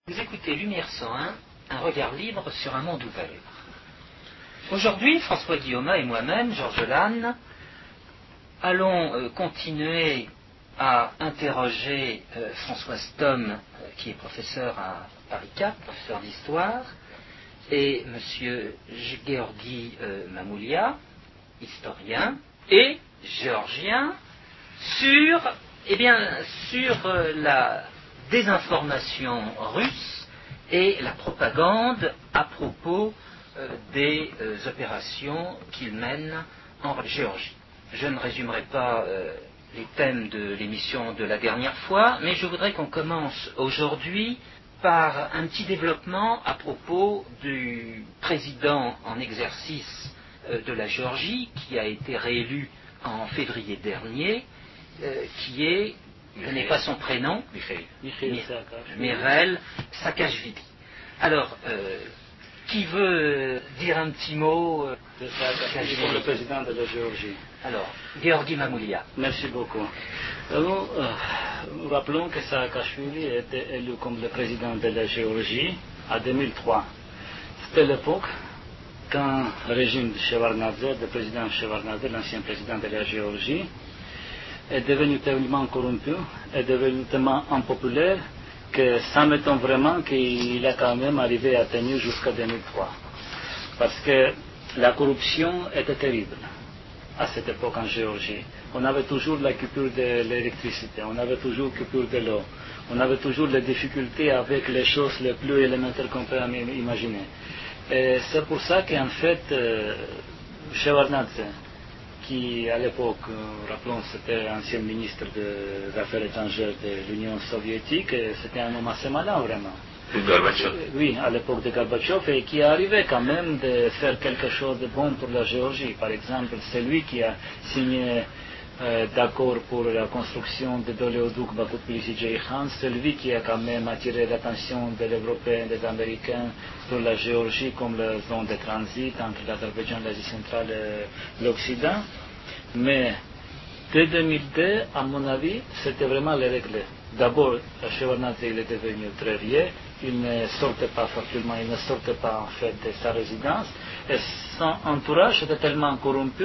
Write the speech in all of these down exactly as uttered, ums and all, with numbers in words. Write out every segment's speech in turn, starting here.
Vous écoutez Lumière cent un, un regard libre sur un monde ouvert. Aujourd'hui, François Guillaume et moi-même, Georges Lannes, allons euh, continuer à interroger euh, Françoise Thom, euh, qui est professeur à Paris quatre, professeur d'histoire, et M. Georgi euh, Mamoulia, historien et géorgien, sur, eh bien, sur euh, la désinformation russe et la propagande à propos euh, des euh, opérations qu'il mène en Géorgie. Je ne résumerai pas euh, les thèmes de l'émission de la dernière fois, mais je voudrais qu'on commence aujourd'hui par un petit développement à propos du président en exercice euh, de la Géorgie, qui a été réélu en février dernier, euh, qui est, je n'ai pas son prénom, Mikhail Saakashvili. Alors, euh, qui veut dire un petit mot euh, de Saakashvili pour le président de la Géorgie? Alors, Georgi Mamoulia. Merci beaucoup. Alors, euh, rappelons que Saakashvili était élu comme le président de la Géorgie en deux mille trois. C'était l'époque quand le régime de Shevardnadze, le président Shevardnadze, l'ancien président de la Géorgie, est devenu tellement corrompu, est devenu tellement impopulaire, que ça m'étonne vraiment qu'il a quand même arrivé à tenir jusqu'à deux mille trois. Parce que la corruption était terrible à cette époque en Géorgie. On avait toujours la coupure de l'électricité, on avait toujours la coupure de l'eau, on avait toujours les difficultés avec les choses les plus élémentaires qu'on peut imaginer. Et c'est pour ça qu'en fait, euh, Shevardnadze, qui à l'époque, rappelons, c'était ancien ministre des Affaires étrangères de l'Union soviétique, c'était un homme assez malin vraiment. Gorbatchev. Oui, à l'époque de Gorbatchev, et qui est arrivé quand même de faire quelque chose de bon pour la Géorgie. Par exemple, c'est lui qui a signé euh, d'accord pour la construction de l'oléoduc Bakou-Tbilissi-Ceyhan, c'est lui qui a quand même attiré l'attention des Européens, des Américains sur la Géorgie comme la zone de transit entre l'Azerbaïdjan, l'Asie centrale et l'Occident. Mais dès deux mille deux, à mon avis, c'était vraiment les règles. D'abord, Shevardnadze, il est devenu très vieux, il ne sortait pas facilement, il ne sortait pas en fait de sa résidence, et son entourage était tellement corrompu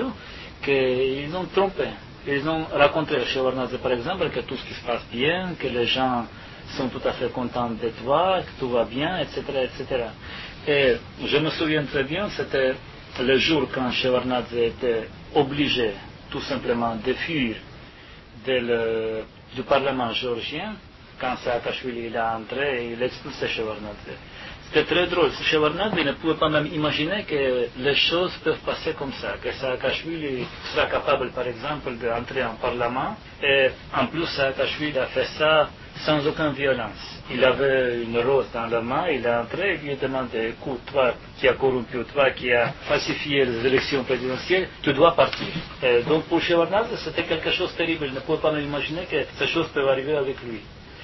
qu'ils ont trompé. Ils ont raconté à Shevardnadze, par exemple, que tout ce qui se passe bien, que les gens sont tout à fait contents de toi, que tout va bien, et cetera, et cetera. Et je me souviens très bien, c'était le jour quand Shevardnadze était obligé tout simplement de fuir de le, du Parlement géorgien. Quand Saakashvili est entré, il a expulsé Shevardnadze. C'était très drôle. Shevardnadze ne pouvait pas même imaginer que les choses peuvent passer comme ça, que Saakashvili sera capable, par exemple, d'entrer en Parlement. Et en plus, Saakashvili a fait ça sans aucune violence. Il avait une rose dans la main, il est entré et lui a demandé, écoute, toi qui as corrompu, toi qui as falsifié les élections présidentielles, tu dois partir. Et donc pour Shevardnadze, c'était quelque chose de terrible. Il ne pouvait pas même imaginer que ces choses peuvent arriver avec lui.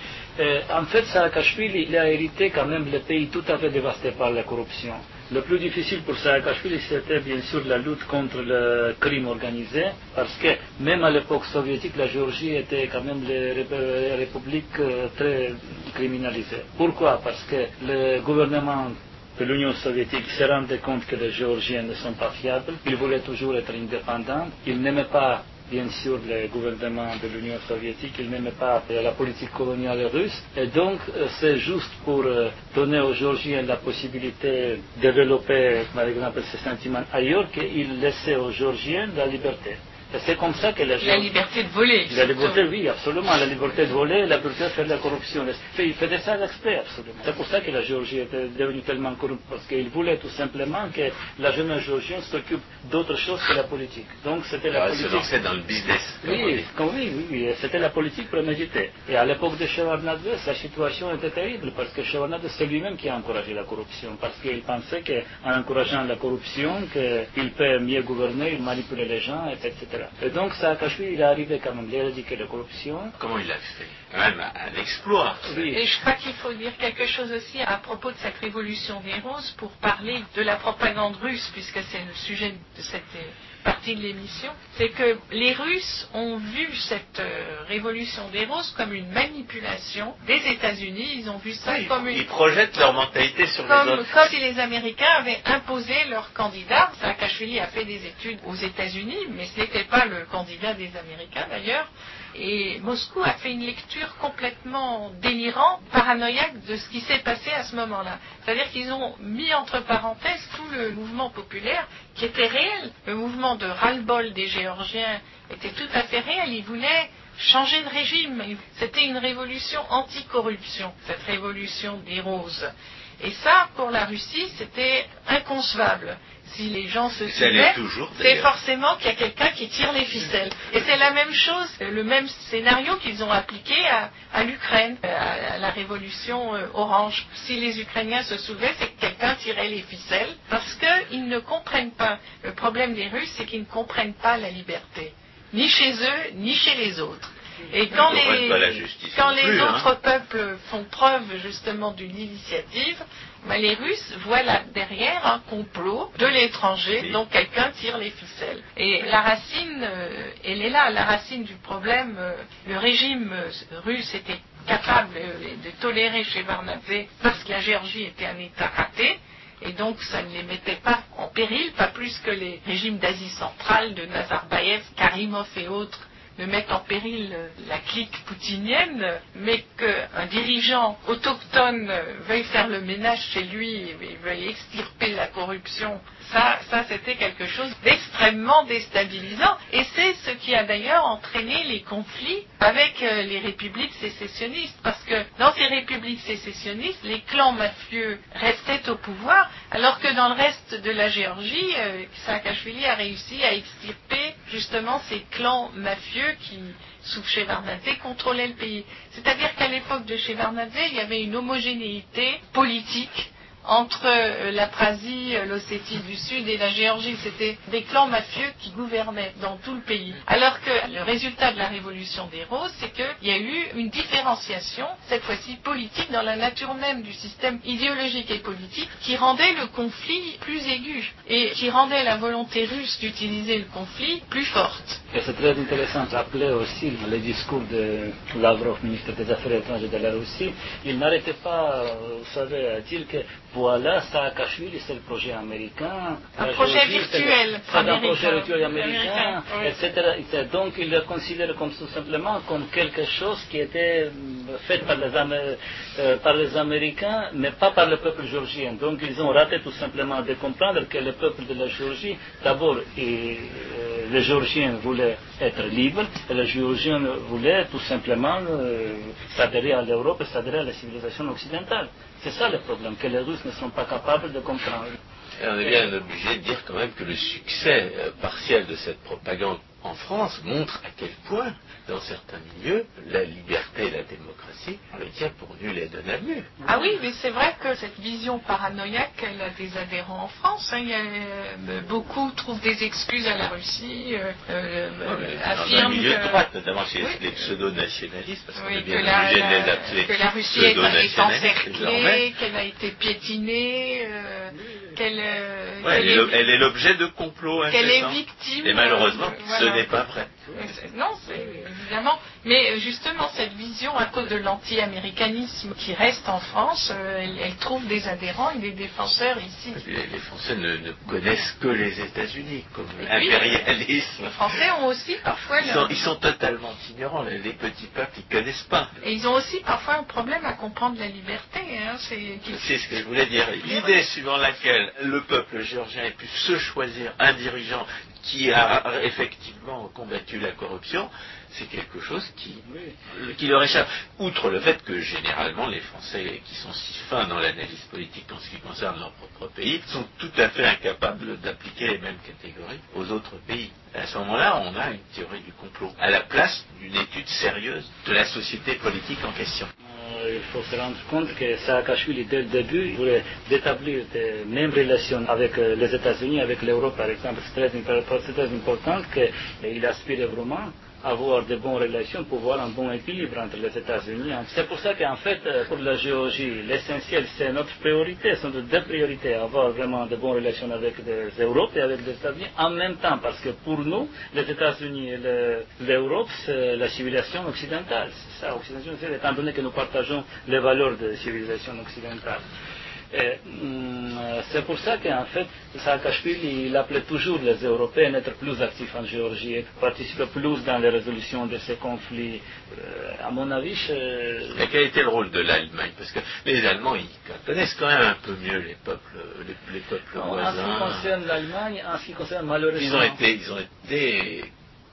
Et en fait, Saakashvili, il a hérité quand même le pays tout à fait dévasté par la corruption. Le plus difficile pour Saakashvili, c'était bien sûr la lutte contre le crime organisé, parce que même à l'époque soviétique, la Géorgie était quand même une république très criminalisée. Pourquoi? Parce que le gouvernement de l'Union soviétique se rendait compte que les Géorgiens ne sont pas fiables, ils voulaient toujours être indépendants, ils n'aimaient pas bien sûr le gouvernement de l'Union soviétique, il n'aimait pas la politique coloniale russe, et donc c'est juste pour donner aux Géorgiens la possibilité de développer par exemple ces sentiments ailleurs qu'ils laissaient aux Géorgiens la liberté. Et c'est comme ça que la, la liberté de voler. La liberté, oui, absolument. La liberté de voler, la liberté de faire de la corruption. Il faisait ça l'expert, absolument. C'est pour ça que la Géorgie était devenue tellement corrompue, parce qu'il voulait tout simplement que la jeunesse géorgienne s'occupe d'autre chose que la politique. Donc c'était la ah, politique. Se lancer dans le business. Oui, comme oui, oui, oui. C'était la politique préméditée. Et à l'époque de Shevardnadze, sa situation était terrible, parce que Shevardnadze, c'est lui-même qui a encouragé la corruption, parce qu'il pensait qu'en encourageant la corruption, qu'il peut mieux gouverner, il manipulait les gens, et cetera cetera. Et donc Saakashvili, il est arrivé quand même d'éradiquer la corruption. Comment il a fait? Quand même un exploit. Oui. Et je crois qu'il faut dire quelque chose aussi à propos de cette révolution des roses pour parler de la propagande russe, puisque c'est le sujet de cette partie de l'émission. C'est que les Russes ont vu cette euh, révolution des roses comme une manipulation des États-Unis. Ils ont vu ça Oui, comme une... Ils projettent leur mentalité sur Comme, les autres. comme si les Américains avaient imposé leur candidat. Saakashvili a fait des études aux États-Unis, mais ce n'était pas le candidat des Américains d'ailleurs. Et Moscou a fait une lecture complètement délirante, paranoïaque de ce qui s'est passé à ce moment-là. C'est-à-dire qu'ils ont mis entre parenthèses tout le mouvement populaire qui était réel. Le mouvement de ras-le-bol des Géorgiens était tout à fait réel. Ils voulaient changer de régime. C'était une révolution anti-corruption, cette révolution des roses. Et ça, pour la Russie, c'était inconcevable. Si les gens se souviennent, c'est forcément qu'il y a quelqu'un qui tire les ficelles. Et c'est la même chose, le même scénario qu'ils ont appliqué à, à l'Ukraine, à, à la révolution euh, orange. Si les Ukrainiens se souvenaient, c'est que quelqu'un tirait les ficelles, parce qu'ils ne comprennent pas. Le problème des Russes, c'est qu'ils ne comprennent pas la liberté, ni chez eux, ni chez les autres. Et quand les, quand les plus, autres hein. peuples font preuve justement d'une initiative, ben les Russes voient là derrière un complot de l'étranger, oui. dont quelqu'un tire les ficelles. Et la racine, euh, elle est là, la racine du problème. Euh, le régime euh, russe était capable euh, de tolérer Shevardnadze parce que la Géorgie était un État raté. Et donc ça ne les mettait pas en péril, pas plus que les régimes d'Asie centrale, de Nazarbayev, Karimov et autres, ne mettent en péril la clique poutinienne, mais qu'un dirigeant autochtone veuille faire le ménage chez lui et veuille extirper la corruption, ça, ça c'était quelque chose d'extrêmement déstabilisant. Et c'est ce qui a d'ailleurs entraîné les conflits avec les républiques sécessionnistes, parce que dans ces républiques sécessionnistes, les clans mafieux restaient au pouvoir, alors que dans le reste de la Géorgie, euh, Saakashvili a réussi à extirper justement ces clans mafieux qui, sous Shevardnadze, contrôlaient le pays. C'est-à-dire qu'à l'époque de Shevardnadze, il y avait une homogénéité politique entre l'Abkhazie, l'Ossétie du Sud et la Géorgie. C'était des clans mafieux qui gouvernaient dans tout le pays. Alors que le résultat de la révolution des roses, c'est qu'il y a eu une différenciation, cette fois-ci politique, dans la nature même du système idéologique et politique, qui rendait le conflit plus aigu et qui rendait la volonté russe d'utiliser le conflit plus forte. Et c'est très intéressant de rappeler aussi le discours de Lavrov, ministre des Affaires étrangères de la Russie. Il n'arrêtait pas, vous savez, à dire que voilà, Saakashvili, c'est le projet américain. Un projet virtuel. C'est un projet virtuel américain, américain oui. et cetera. Donc il le considère comme tout simplement comme quelque chose qui était fait par les, Amé- euh, par les Américains, mais pas par le peuple géorgien. Donc ils ont raté tout simplement de comprendre que le peuple de la Géorgie, d'abord, et, euh, les Géorgiens voulaient être libres, et les Géorgiens voulaient tout simplement euh, s'adhérer à l'Europe et s'adhérer à la civilisation occidentale. C'est ça le problème, que les Russes ne sont pas capables de comprendre. Et on est bien obligé de dire quand même que le succès euh, partiel de cette propagande en France montre à quel point, dans certains milieux, la liberté et la démocratie, on le tient pour nul et de namu. Ah oui, mais c'est vrai que cette vision paranoïaque, elle a des adhérents en France. Hein. Il y a, euh, beaucoup trouvent des excuses à la Russie, euh, euh, ouais, affirment dans un milieu que... de droite, notamment chez oui. les pseudo-nationalistes, parce qu'on oui, est bien la, obligé la, de les appeler que la Russie est, est encerclée, désormais. qu'elle a été piétinée, euh, qu'elle, euh, ouais, qu'elle elle, est, elle est l'objet de complots qu'elle est incessants. victime. Et malheureusement, euh, voilà. ce n'est pas vrai. Non, c'est évidemment. Mais justement, cette vision, à cause de l'anti-américanisme qui reste en France, euh, elle, elle trouve des adhérents et des défenseurs ici. Les, les Français ne, ne connaissent que les États-Unis comme et impérialisme. Oui, les Français ont aussi parfois... Ils, leur... sont, ils sont totalement ignorants, les, les petits peuples, ils ne connaissent pas. Et ils ont aussi parfois un problème à comprendre la liberté. Hein, c'est... c'est ce que je voulais dire. L'idée suivant laquelle le peuple géorgien ait pu se choisir un dirigeant qui a effectivement combattu la corruption, c'est quelque chose qui, qui leur échappe. Outre le fait que généralement les Français qui sont si fins dans l'analyse politique en ce qui concerne leur propre pays sont tout à fait incapables d'appliquer les mêmes catégories aux autres pays. À ce moment-là, on a une théorie du complot à la place d'une étude sérieuse de la société politique en question. il faut se rendre compte que Saakashvili, dès le début, voulait établir des mêmes relations avec les États-Unis, avec l'Europe, par exemple. C'est très, c'est très important qu'il aspirait vraiment avoir de bonnes relations pour avoir un bon équilibre entre les États-Unis. C'est pour ça qu'en fait, pour la Géorgie, l'essentiel, c'est notre priorité, ce sont deux priorités, avoir vraiment de bonnes relations avec l'Europe et avec les États-Unis en même temps, parce que pour nous, les États-Unis et l'Europe, c'est la civilisation occidentale. C'est ça, occidentale, étant donné que nous partageons les valeurs de la civilisation occidentale. Et, hum, c'est pour ça qu'en fait, Saakashvili, il appelait toujours les Européens à être plus actifs en Géorgie et participer plus dans les résolutions de ces conflits. Euh, à mon avis, je... Mais quel était le rôle de l'Allemagne? Parce que les Allemands, ils connaissent quand même un peu mieux les peuples, les, les peuples non, voisins. En ce qui concerne l'Allemagne, en ce qui concerne malheureusement... Ils ont été, ils ont été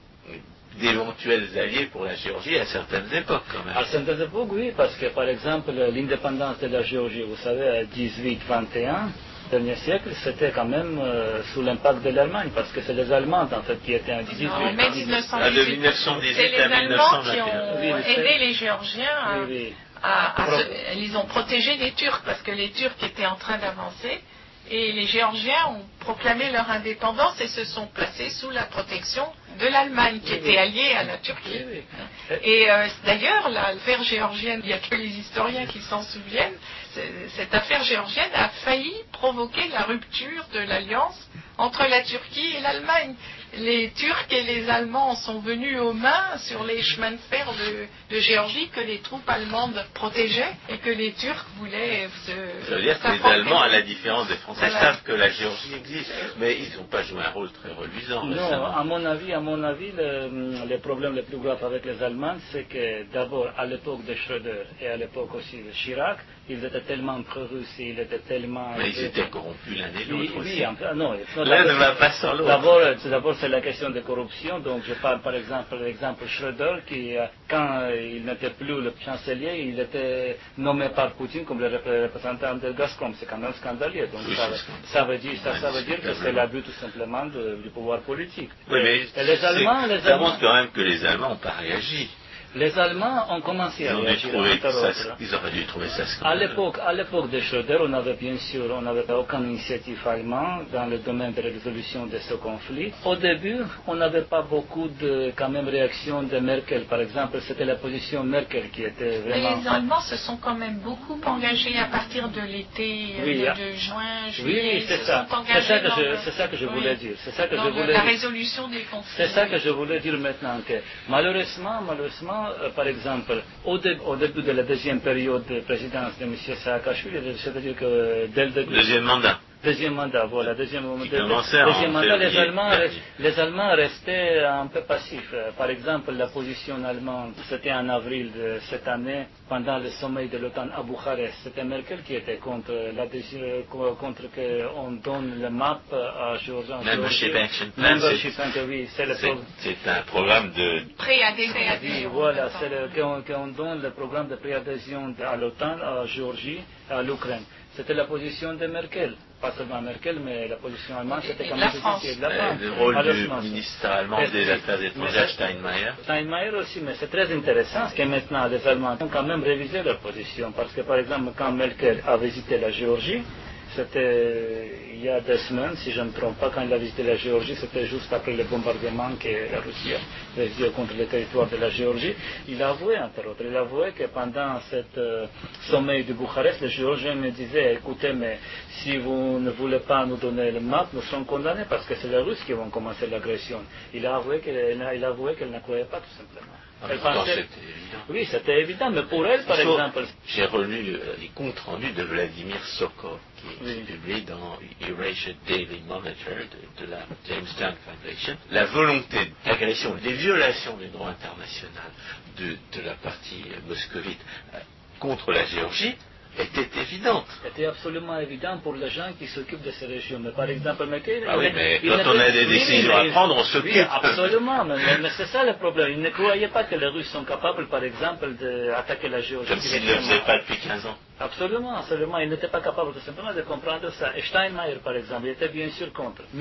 d'éventuels alliés pour la Géorgie à certaines époques quand même. À certaines époques, oui, parce que par exemple, l'indépendance de la Géorgie, vous savez, à dix-huit vingt et un, dernier siècle, c'était quand même euh, sous l'impact de l'Allemagne, parce que c'est les Allemands en fait qui étaient en dix-huit. En mai mille neuf cent dix-huit. Ah, de mille neuf cent dix-huit c'est les à Allemands mille neuf cent vingt et un. qui ont Oui, aidé les Géorgiens à, oui, oui. à, à se, ils ont protégé les Turcs, parce que les Turcs étaient en train d'avancer, et les Géorgiens ont proclamé leur indépendance et se sont placés sous la protection de l'Allemagne, qui était alliée à la Turquie. Oui, oui. Et euh, d'ailleurs, l'affaire géorgienne, il n'y a que les historiens qui s'en souviennent, cette affaire géorgienne a failli provoquer la rupture de l'alliance entre la Turquie et l'Allemagne. Les Turcs et les Allemands sont venus aux mains sur les chemins de fer de, de Géorgie que les troupes allemandes protégeaient et que les Turcs voulaient se... Ça veut dire que les Allemands, à la différence des Français, voilà. savent que la Géorgie existe, mais ils n'ont pas joué un rôle très reluisant. Non, récemment. à mon avis, à mon avis, le, le problème le plus grave avec les Allemands, c'est que d'abord, à l'époque de Schröder et à l'époque aussi de Chirac, ils étaient tellement pro-russes, ils étaient tellement... Mais ils étaient corrompus l'un et l'autre oui, aussi. Oui, enfin, non. L'un ne va pas sans l'autre. D'abord, d'abord, c'est la question de corruption. Donc, je parle par exemple de l'exemple Schröder, qui, quand il n'était plus le chancelier, il était nommé par Poutine comme le représentant de Gazprom. C'est quand même scandaleux. Donc, oui, ça, ça veut dire, ça, ça veut dire que c'est l'abus tout simplement de, du pouvoir politique. Oui, mais et les Allemands, les ça Allemands, montre quand même que les Allemands n'ont pas réagi. Les Allemands ont commencé à réagir. Ils auraient dû trouver ça À l'époque, à l'époque de Schröder, on avait bien sûr, on n'avait aucune initiative allemande dans le domaine de la résolution de ce conflit. Au début, on n'avait pas beaucoup de, quand même, réaction de Merkel. Par exemple, c'était la position Merkel qui était vraiment... Mais les Allemands se sont quand même beaucoup engagés à partir de l'été, oui, de, de juin, juillet. Oui, oui, c'est ça. C'est ça que je, c'est ça que je oui, voulais dire. C'est ça que dans je voulais la dire. résolution des conflits. C'est ça que je voulais dire maintenant. Que malheureusement, malheureusement, Euh, par exemple, au, dé, au début de la deuxième période de présidence de M. Saakashvili, c'est-à-dire que dès le début... Deuxième mandat. Deuxième mandat, voilà, deuxième, Qui de, deuxième mandat, les Allemands, les Allemands restaient un peu passifs. Par exemple, la position allemande, c'était en avril de cette année, pendant le sommet de l'OTAN à Bucarest. C'était Merkel qui était contre la contre qu'on donne le map à Géorgie. Membership Action Plan. Membership Action, oui, c'est le C'est un programme de préadhésion. Voilà, c'est qu'on qu'on donne le programme de préadhésion à l'OTAN, à Géorgie, à l'Ukraine. C'était la position de Merkel. Pas seulement Merkel, mais la position allemande, c'était quand même de la France. Le rôle du ministre allemand des Affaires étrangères, Steinmeier. Steinmeier aussi, mais c'est très intéressant que maintenant les Allemands ont quand même révisé leur position. Parce que par exemple, quand Merkel a visité la Géorgie, c'était il y a deux semaines, si je ne me trompe pas, quand il a visité la Géorgie, c'était juste après le bombardement que la Russie a réalisé contre le territoire de la Géorgie. Il a avoué, entre autres, il a avoué que pendant ce euh, sommet de Bucarest, les Géorgiens me disaient, écoutez, mais si vous ne voulez pas nous donner le map, nous sommes condamnés parce que c'est les Russes qui vont commencer l'agression. Il a avoué qu'elle, il a avoué qu'elle ne croyait pas, tout simplement. Elle pensait... C'était évident. Oui, c'était évident, mais pour elle, par exemple... J'ai relu les comptes rendus de Vladimir Sokov, qui est oui. publié dans Eurasia Daily Monitor de, de la Jamestown Foundation. La volonté d'agression, des violations du droit international de, de la partie moscovite contre la Géorgie était évidente. C'était absolument évident pour les gens qui s'occupent de ces régions. Mais par exemple, mais, ah oui, mais quand on a des décisions à prendre, on s'occupe. Oui, absolument, mais, mais c'est ça le problème. Ils ne croyaient pas que les Russes sont capables, par exemple, d'attaquer la Géorgie. Comme s'ils ne le faisaient pas depuis quinze ans. Absolument, absolument. Ils n'étaient pas capables tout simplement de comprendre ça. Et Steinmeier, par exemple, il était bien sûr contre. Mais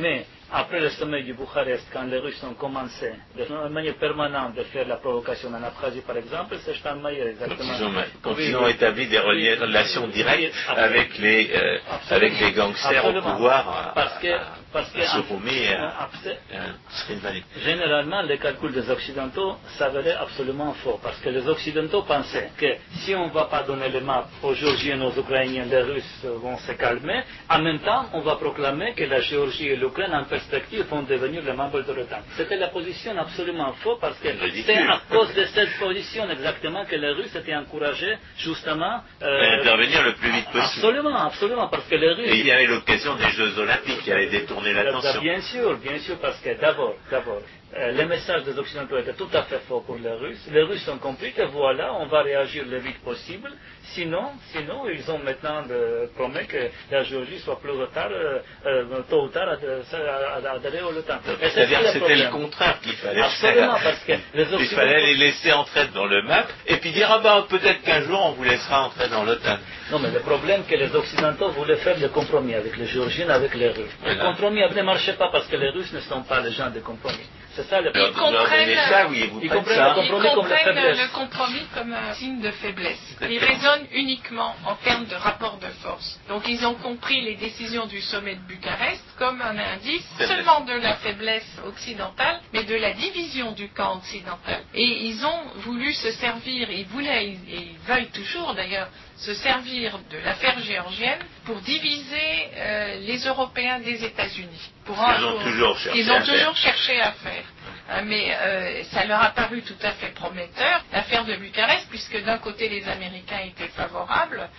après le sommet du Bucarest, quand les Russes ont commencé de manière permanente de faire la provocation en Abkhazie, par exemple, c'est Steinmeier exactement. Quand ils ont, quand ils ont établi des relations directes avec les, euh, avec les gangsters Absolument. au pouvoir parce que, à, parce que, à Souroumi et à, à, à Srinivali. Généralement, les calculs des Occidentaux s'avéraient absolument faux, parce que les Occidentaux pensaient que si on ne va pas donner les maps aux Géorgiens, aux Ukrainiens, les Russes vont se calmer, en même temps, on va proclamer que la Géorgie et l'Ukraine, en perspective, vont devenir les membres de l'OTAN. C'était la position absolument fausse, parce que c'est à cause de cette position exactement que les Russes étaient encouragés, justement, euh, d'intervenir le plus vite possible. Absolument, absolument, parce que les Russes... Et il y avait l'occasion des Jeux Olympiques qui allaient détourner l'attention. Bien sûr, bien sûr, parce que d'abord, d'abord, euh, les messages des Occidentaux étaient tout à fait faux pour les Russes. Les Russes ont compris que voilà, on va réagir le vite possible. Sinon, sinon, ils ont maintenant de, promis que la Géorgie soit plus tard, euh, euh, tôt ou tard, adhérée au l'OTAN. C'est-à-dire que c'était le contraire qu'il fallait Absolument, faire. parce que les Occidentaux... Il fallait les laisser entrer dans le map et puis dire, ah ben peut-être qu'un jour on vous laissera entrer dans l'OTAN. Non, mais le problème c'est que les Occidentaux voulaient faire le compromis avec les Géorgiens, avec les Russes. Voilà. Le compromis ne marchait pas parce que les Russes ne sont pas les gens de compromis. C'est ça le problème. Ils comprennent, ça, oui, vous ils comprennent ça. Le ils comprennent le compromis comme un signe de faiblesse. Ils raisonnent uniquement en termes de rapport de force. Donc ils ont compris les décisions du sommet de Bucarest comme un indice seulement de la faiblesse occidentale, mais de la division du camp occidental. Et ils ont voulu se servir, ils voulaient, et ils veulent toujours d'ailleurs, se servir de l'affaire géorgienne pour diviser euh, les Européens des États-Unis. Pour ils ont, toujours cherché, ils ont à toujours faire. cherché à faire. Euh, mais euh, ça leur a paru tout à fait prometteur, l'affaire de Bucarest, puisque d'un côté les Américains étaient favorables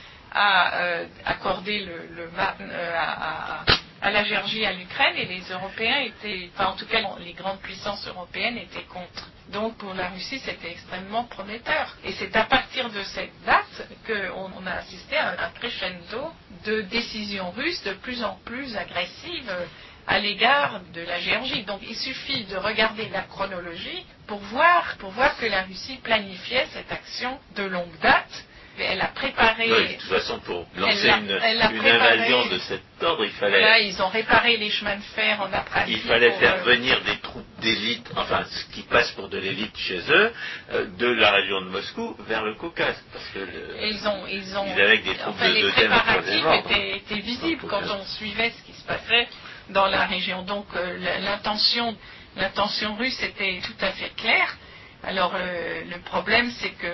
à euh, accorder le, le euh, à, à, à la Géorgie, à l'Ukraine, et les Européens étaient, enfin en tout cas les grandes puissances européennes étaient contre. Donc pour la Russie c'était extrêmement prometteur. Et c'est à partir de cette date qu'on on a assisté à un crescendo de décisions russes de plus en plus agressives à l'égard de la Géorgie. Donc il suffit de regarder la chronologie pour voir, pour voir que la Russie planifiait cette action de longue date. Elle a préparé... Oui, de toute façon, pour lancer a, une, une invasion de cet ordre, il fallait... Là, ils ont réparé les chemins de fer en Abkhazie. Il fallait pour, faire euh, venir des troupes d'élite, enfin, ce qui passe pour de l'élite chez eux, euh, de la région de Moscou vers le Caucase. Parce que le, et ils ont... Ils ont ils avaient des troupes enfin, de les deuxième et préparatifs troisième ordre. étaient, étaient visibles quand on suivait ce qui se passait dans la région. Donc euh, l'intention, l'intention russe était tout à fait claire. Alors euh, le problème c'est que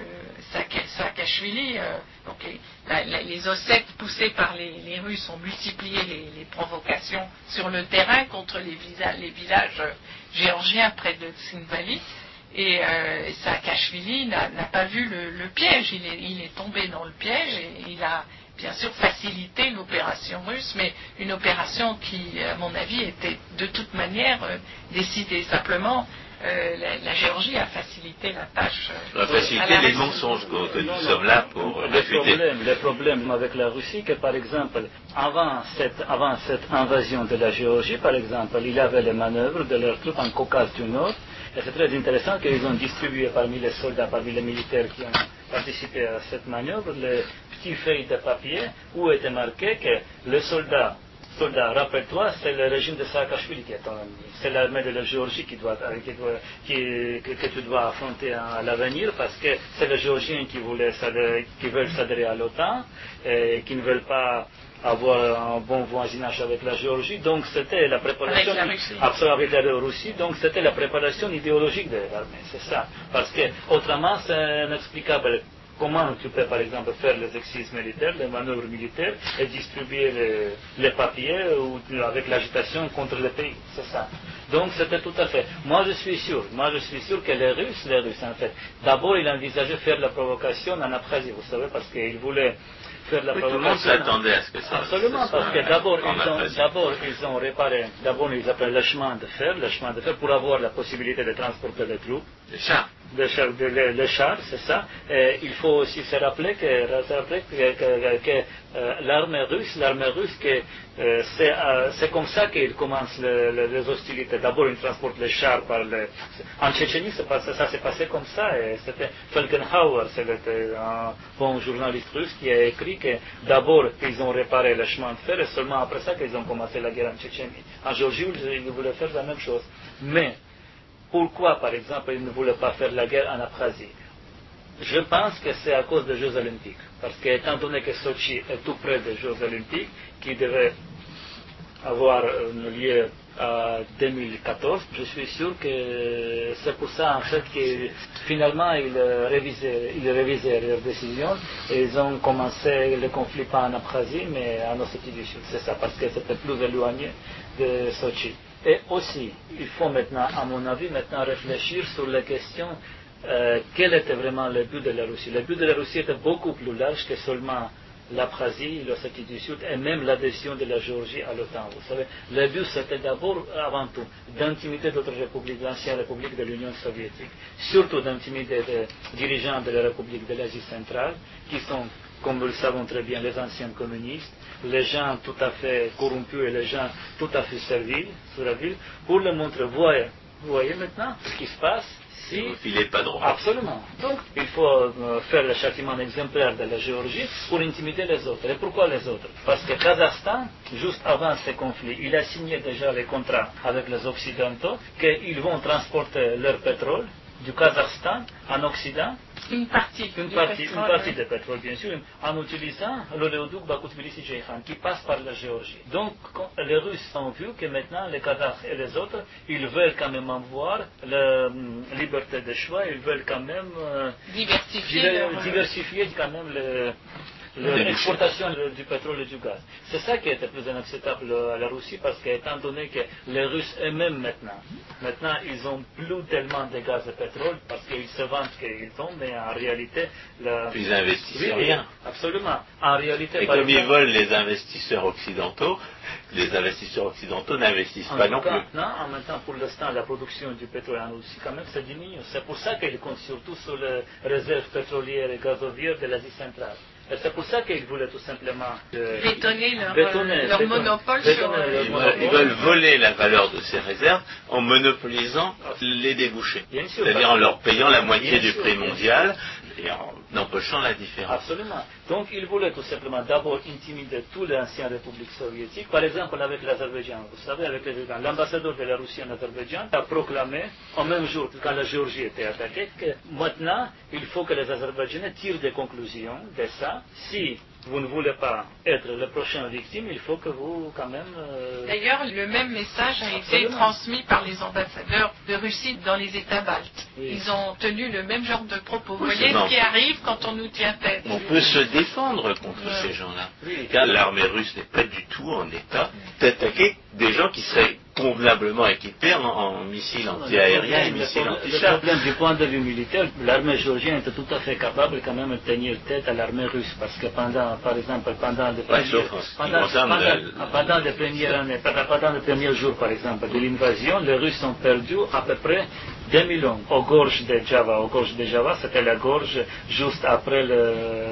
Saakashvili, euh, donc les, la, la, les Ossètes poussés par les, les Russes ont multiplié les, les provocations sur le terrain contre les, visa, les villages euh, géorgiens près de Tsinvali. Et euh, Saakashvili n'a, n'a pas vu le, le piège, il est, il est tombé dans le piège et il a bien sûr facilité l'opération russe, mais une opération qui, à mon avis, était de toute manière euh, décidée. Simplement, euh, la, la Géorgie a facilité la tâche. Euh, a facilité les mensonges que, que nous non, sommes là pour le problème, le problème avec la Russie, que par exemple, avant cette, avant cette invasion de la Géorgie, par exemple, il y avait les manœuvres de leurs troupes en Caucase du Nord. Et c'est très intéressant qu'ils ont distribué parmi les soldats, parmi les militaires qui ont participé à cette manœuvre, les petites feuilles de papier où était marqué que le soldat, soldat, rappelle-toi, c'est le régime de Saakashvili qui est ton ennemi. C'est l'armée de la Géorgie qui doit, qui doit, qui, que, que tu dois affronter à, à l'avenir parce que c'est les Géorgiens qui, voulaient, qui veulent s'adhérer à l'OTAN et qui ne veulent pas avoir un bon voisinage avec la Géorgie, donc c'était la préparation avec la Russie. Absolument avec la Russie, donc c'était la préparation idéologique de l'armée, c'est ça. Parce que autrement c'est inexplicable. Comment tu peux par exemple faire les exercices militaires, les manœuvres militaires et distribuer les, les papiers ou avec l'agitation contre le pays, c'est ça. Donc c'était tout à fait. Moi je suis sûr, moi je suis sûr que les Russes, les Russes en fait, d'abord ils envisageaient faire la provocation en Abkhazie, vous savez, parce qu'ils voulaient faire la oui, provocation. Tout le monde s'attendait à ce que ça. Absolument, parce que d'abord ils ont, d'abord ils ont réparé, d'abord ils appellent le chemin de fer, le chemin de fer pour avoir la possibilité de transporter les troupes. Les chars. Les chars, de, les, les chars, c'est ça. Et il faut aussi se rappeler que, se rappeler que, que, que euh, l'armée russe, l'armée russe, que euh, c'est, euh, c'est comme ça qu'ils commencent le, le, les hostilités. D'abord, ils transportent les chars par le... En Tchétchénie, passé, ça s'est passé comme ça. Et c'était Felgenhauer, c'était un bon journaliste russe qui a écrit dit que d'abord ils ont réparé le chemin de fer et seulement après ça qu'ils ont commencé la guerre en Tchétchénie. En Géorgie, ils voulaient faire la même chose. Mais pourquoi, par exemple, ils ne voulaient pas faire la guerre en Abkhazie? Je pense que c'est à cause des Jeux Olympiques. Parce qu'étant donné que Sochi est tout près des Jeux Olympiques, qui devaient avoir lieu en deux mille quatorze, je suis sûr que c'est pour ça en fait que finalement ils révisaient, ils révisaient leur décision et ils ont commencé le conflit pas en Abkhazie mais en Ossétie du Sud. C'est ça, parce que c'était plus éloigné de Sochi. Et aussi, il faut maintenant, à mon avis, maintenant réfléchir sur la question euh, quel était vraiment le but de la Russie. Le but de la Russie était beaucoup plus large que seulement l'Abkhazie, l'Ossétie du Sud et même l'adhésion de la Géorgie à l'OTAN. Vous savez, le but c'était d'abord, avant tout, d'intimider d'autres républiques, l'ancienne république de l'Union soviétique, surtout d'intimider les dirigeants de la République de l'Asie centrale, qui sont, comme nous le savons très bien, les anciens communistes, les gens tout à fait corrompus et les gens tout à fait serviles sur la ville, pour leur montrer, voyez, vous voyez maintenant ce qui se passe. Si, vous filez pas droit. Absolument. Donc, il faut euh, faire le châtiment exemplaire de la Géorgie pour intimider les autres. Et pourquoi les autres? Parce que Kazakhstan, juste avant ce conflit, il a signé déjà les contrats avec les Occidentaux qu'ils vont transporter leur pétrole du Kazakhstan en Occident. Une partie. Une du partie, pétrole, une partie oui. de pétrole, bien sûr, en utilisant l'oléoduc Bakou-Tbilissi-Ceyhan qui passe par la Géorgie. Donc, quand les Russes ont vu que maintenant, les Kazakhs et les autres, ils veulent quand même avoir la hum, liberté de choix, ils veulent quand même euh, Diversifier. diver- leur- diversifier quand même le- l'exportation du pétrole et du gaz. C'est ça qui était plus inacceptable à la Russie parce qu'étant donné que les Russes eux-mêmes maintenant, maintenant ils ont plus tellement de gaz et pétrole parce qu'ils se vantent qu'ils ont, mais en réalité, la... Ils investissent Oui, oui, rien. absolument. En réalité, Et par comme ils exemple- volent les investisseurs occidentaux, les investisseurs occidentaux n'investissent En pas tout non cas, plus. non, en même temps, pour l'instant, la production du pétrole en Russie, quand même, ça diminue. C'est pour ça qu'ils comptent surtout sur les réserves pétrolières et gazovières de l'Asie centrale. Et c'est pour ça qu'ils voulaient tout simplement euh, Bétonner leur, bétonner, leur bétonner, monopole bétonner sur leur euh, Ils monopole. veulent, ils veulent voler la valeur de ces réserves en monopolisant les débouchés. Bien sûr, C'est-à-dire parce en leur payant la moitié Bien du sûr, prix bien mondial et en empochant la différence. Absolument. Donc, ils voulaient tout simplement d'abord intimider toute l'ancienne République soviétique. Par exemple, avec l'Azerbaïdjan. Vous savez, avec l'Azerbaïdjan, l'ambassadeur de la Russie en Azerbaïdjan a proclamé, au même jour quand la Géorgie était attaquée, que maintenant, il faut que les Azerbaïdjanais tirent des conclusions de ça. Si vous ne voulez pas être la prochaine victime, il faut que vous, quand même... euh, D'ailleurs, le même message a été Absolument. transmis par les ambassadeurs de Russie dans les États baltes. Oui. Ils ont tenu le même genre de propos. Vous Oui, voyez c'est ce qui arrive quand on nous tient tête. On peut se défendre contre Ouais. ces gens-là. Oui. Car l'armée russe n'est pas du tout en état d'attaquer des gens qui seraient convenablement équipés en, en missiles antiaériens et Le missiles problème- Le anti-chars. problème du point de vue militaire, l'armée géorgienne était tout à fait capable quand même de tenir tête à l'armée russe, parce que pendant, par exemple, pendant les Ouais, premières, sauf en ce qui pendant, concerne pendant- la- pendant les premières années, pendant, pendant les premiers jours, par exemple, de l'invasion, les Russes ont perdu à peu près deux mille hommes aux gorges de Java. Aux gorges de Java, c'était la gorge juste après le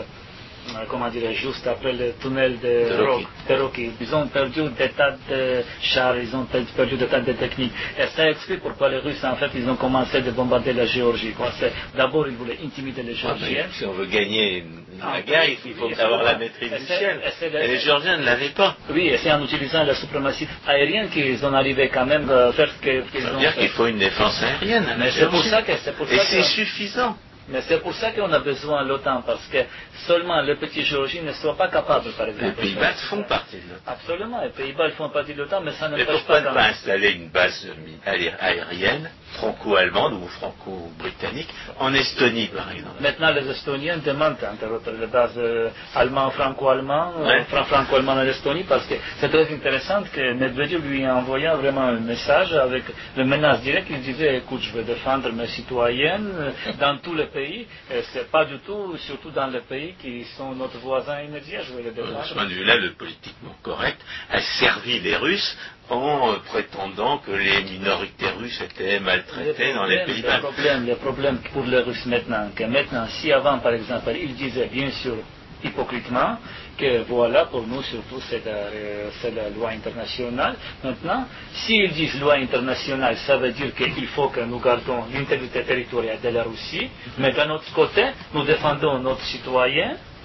euh, comment dirais juste après le tunnel de, De Rocky. Rock, de Rocky. Ils ont perdu des tas de chars, ils ont perdu des tas de techniques. Et ça explique pourquoi les Russes, en fait, ils ont commencé de bombarder la Géorgie. Parce que d'abord, ils voulaient intimider les Ah, mais Géorgiens. si on veut gagner Ah, la guerre, oui, il faut oui, avoir oui. la maîtrise Et du c'est- ciel. et c'est le- Et les Géorgiens ne l'avaient pas. Oui, et c'est en utilisant la suprématie aérienne qu'ils ont arrivé quand même à faire ce que- qu'ils Ça veut ont dire fait. qu'il faut une défense aérienne. à la Mais c'est pour Géorgie. ça que c'est pour Et ça c'est que- suffisant. Mais c'est pour ça qu'on a besoin de l'OTAN, parce que seulement les petits Géorgiens ne sont pas capables, par exemple. Les de Pays-Bas faire font ça. partie de l'OTAN. Absolument, les Pays-Bas ils font partie de l'OTAN, mais ça Mais n'empêche pourquoi pas ne quand pas même. installer une base mi- aé- aérienne franco-allemande ou franco-britannique en Estonie, par exemple? Maintenant, les Estoniens demandent, entre autres, les bases euh, allemandes, franco-allemandes, euh, Ouais. fran- franco-allemandes en Estonie, parce que c'est très intéressant que Medvedev lui a envoyé vraiment un message avec le menace directe. Il disait, écoute, je vais défendre mes citoyens euh, dans tous les pays, et c'est pas du tout, surtout dans les pays qui sont notre voisin immédiat, je vais les De ce défendre. point de vue-là, le politiquement correct a servi les Russes en euh, prétendant que les minorités russes étaient maltraitées dans les pays Le baltes. problème, le problème pour les Russes maintenant, que maintenant, si avant, par exemple, ils disaient bien sûr hypocritement que voilà, pour nous surtout c'est la, euh, c'est la loi internationale. Maintenant, s'ils disent loi internationale, ça veut dire qu'il faut que nous gardons l'intégrité territoriale de la Russie, mais d'un autre côté, nous défendons nos citoyens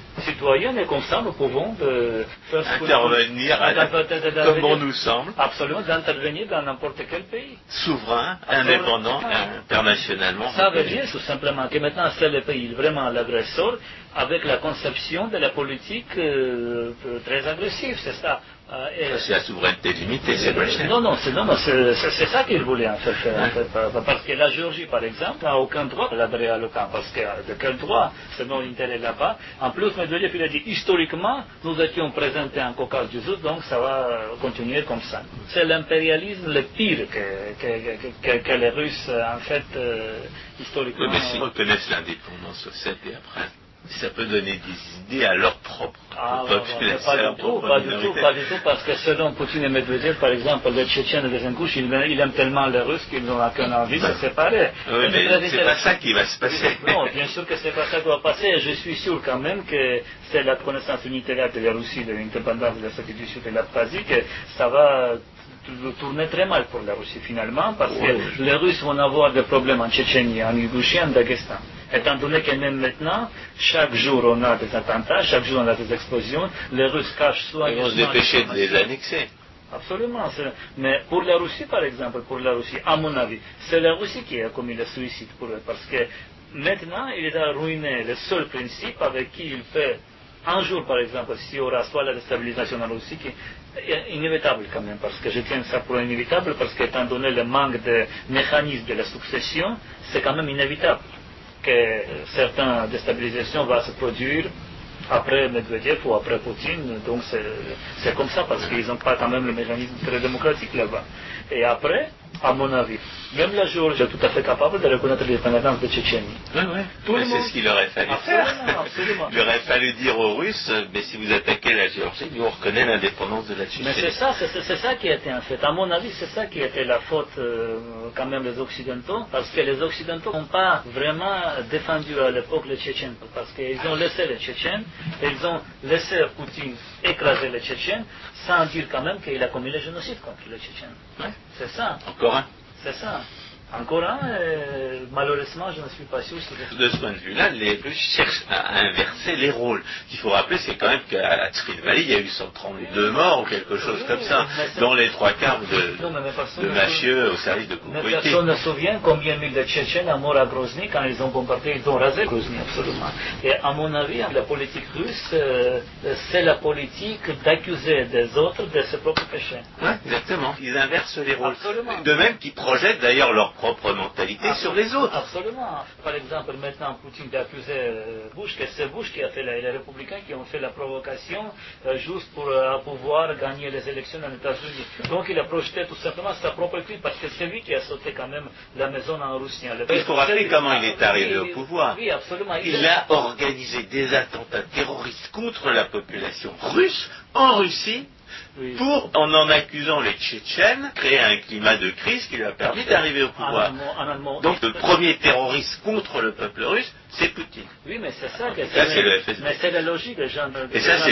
citoyenne, et comme ça nous pouvons de faire ce intervenir que, à la, comme bon nous semble. Absolument, d'intervenir dans n'importe quel pays. Souverain, indépendant, internationalement. Ça veut dire tout simplement que maintenant c'est le pays vraiment l'agresseur avec la conception de la politique euh, très agressive, c'est ça. Euh, c'est la souveraineté limitée, c'est vrai. Non, non, c'est, non, non, c'est, c'est, c'est ça qu'il voulait en fait, faire, en fait. Parce que la Géorgie, par exemple, n'a aucun droit d'adhérer à l'OTAN. Parce que de quel droit, selon l'intérêt là-bas. En plus, Medvedev, il a dit, historiquement, nous étions présentés en Caucase du Sud, donc ça va continuer comme ça. C'est l'impérialisme le pire que, que, que, que les Russes, en fait, euh, historiquement... Oui, mais s'ils reconnaissent l'indépendance au sept et après... ça peut donner des idées à leur propre ah, population. Pas du tout, pas du tout, pas du tout, parce que selon Poutine et Medvedev, par exemple, les Tchétchènes et les Ingouches, ils, ils aiment tellement les Russes qu'ils n'ont aucune envie de se séparer. Oui, mais, mais c'est pas ça qui va se passer. Non, bien sûr que c'est pas ça qui va passer. Je suis sûr quand même que c'est la reconnaissance unitaire de la Russie, de l'indépendance de la Société du Sud et de l'Abkhazie, que ça va tourner très mal pour la Russie finalement, parce que oui. les Russes vont avoir des problèmes en Tchétchénie, en Ingouchie, en Daghestan. Étant donné que même maintenant, chaque jour on a des attentats, chaque jour on a des explosions, les Russes cachent soit... Ils vont se dépêcher de les annexer. Absolument. Mais pour la Russie, par exemple, pour la Russie, à mon avis, c'est la Russie qui a commis le suicide pour eux, parce que maintenant, il a ruiné le seul principe avec qui il fait un jour, par exemple, s'il y aura soit la déstabilisation en Russie, qui est inévitable quand même, parce que je tiens ça pour inévitable, parce qu'étant donné le manque de mécanismes de la succession, c'est quand même inévitable que certaines déstabilisations vont se produire après Medvedev ou après Poutine. Donc c'est, c'est comme ça, parce qu'ils n'ont pas quand même le mécanisme très démocratique là-bas. Et après, à mon avis, même la Géorgie est tout à fait capable de reconnaître l'indépendance de Tchétchénie. Oui, oui. Tout mais le c'est monde... ce qu'il aurait fallu absolument, faire. Absolument. Il aurait fallu dire aux Russes, mais si vous attaquez la Géorgie, nous on reconnaît l'indépendance de la Tchétchénie. Mais c'est ça, c'est, c'est ça qui était en fait. À mon avis, c'est ça qui était la faute euh, quand même des Occidentaux, parce que les Occidentaux n'ont pas vraiment défendu à l'époque les Tchétchènes, parce qu'ils ont laissé les Tchétchènes, et ils ont laissé Poutine écraser les Tchétchènes, sans dire quand même qu'il a commis le génocide contre les Tchétchènes. Ouais. C'est ça. Encore un. C'est ça. Encore un, euh, malheureusement, je ne suis pas sûr. De ce point de vue-là, les Russes cherchent à inverser les rôles. Ce qu'il faut rappeler, c'est quand même qu'à Tskhin Valley, il y a eu cent trente-deux morts ou quelque chose comme ça, dont les trois quarts de, non, de mafieux au service de Kukoïti. Mais personne ne se souvient combien mille de Tchétchènes sont morts à Grozny quand ils ont bombardé, ils ont rasé Grozny, absolument. Et à mon avis, la politique russe, euh, c'est la politique d'accuser des autres de ses propres péchés. Oui, exactement. Ils inversent les rôles. Absolument. De même qu'ils projettent d'ailleurs leur propre mentalité absolument, sur les autres. Absolument. Par exemple, maintenant, Poutine a accusé Bush, que c'est Bush qui a fait, la, les républicains qui ont fait la provocation euh, juste pour euh, pouvoir gagner les élections aux États-Unis. Donc il a projeté tout simplement sa propre crise, parce que c'est lui qui a sauté quand même la maison en Russie. Il faut rappeler comment il est arrivé au pouvoir. Oui, absolument. Il, il a organisé des attentats terroristes contre la population russe en Russie. Oui. Pour, en en accusant les Tchétchènes, créer un climat de crise qui lui a permis d'arriver au pouvoir. En, en, en, Donc le premier terroriste contre le peuple russe, c'est Poutine. Oui, mais c'est ça que ça, c'est le F S B. Mais c'est la logique des gens. De, Et ça, c'est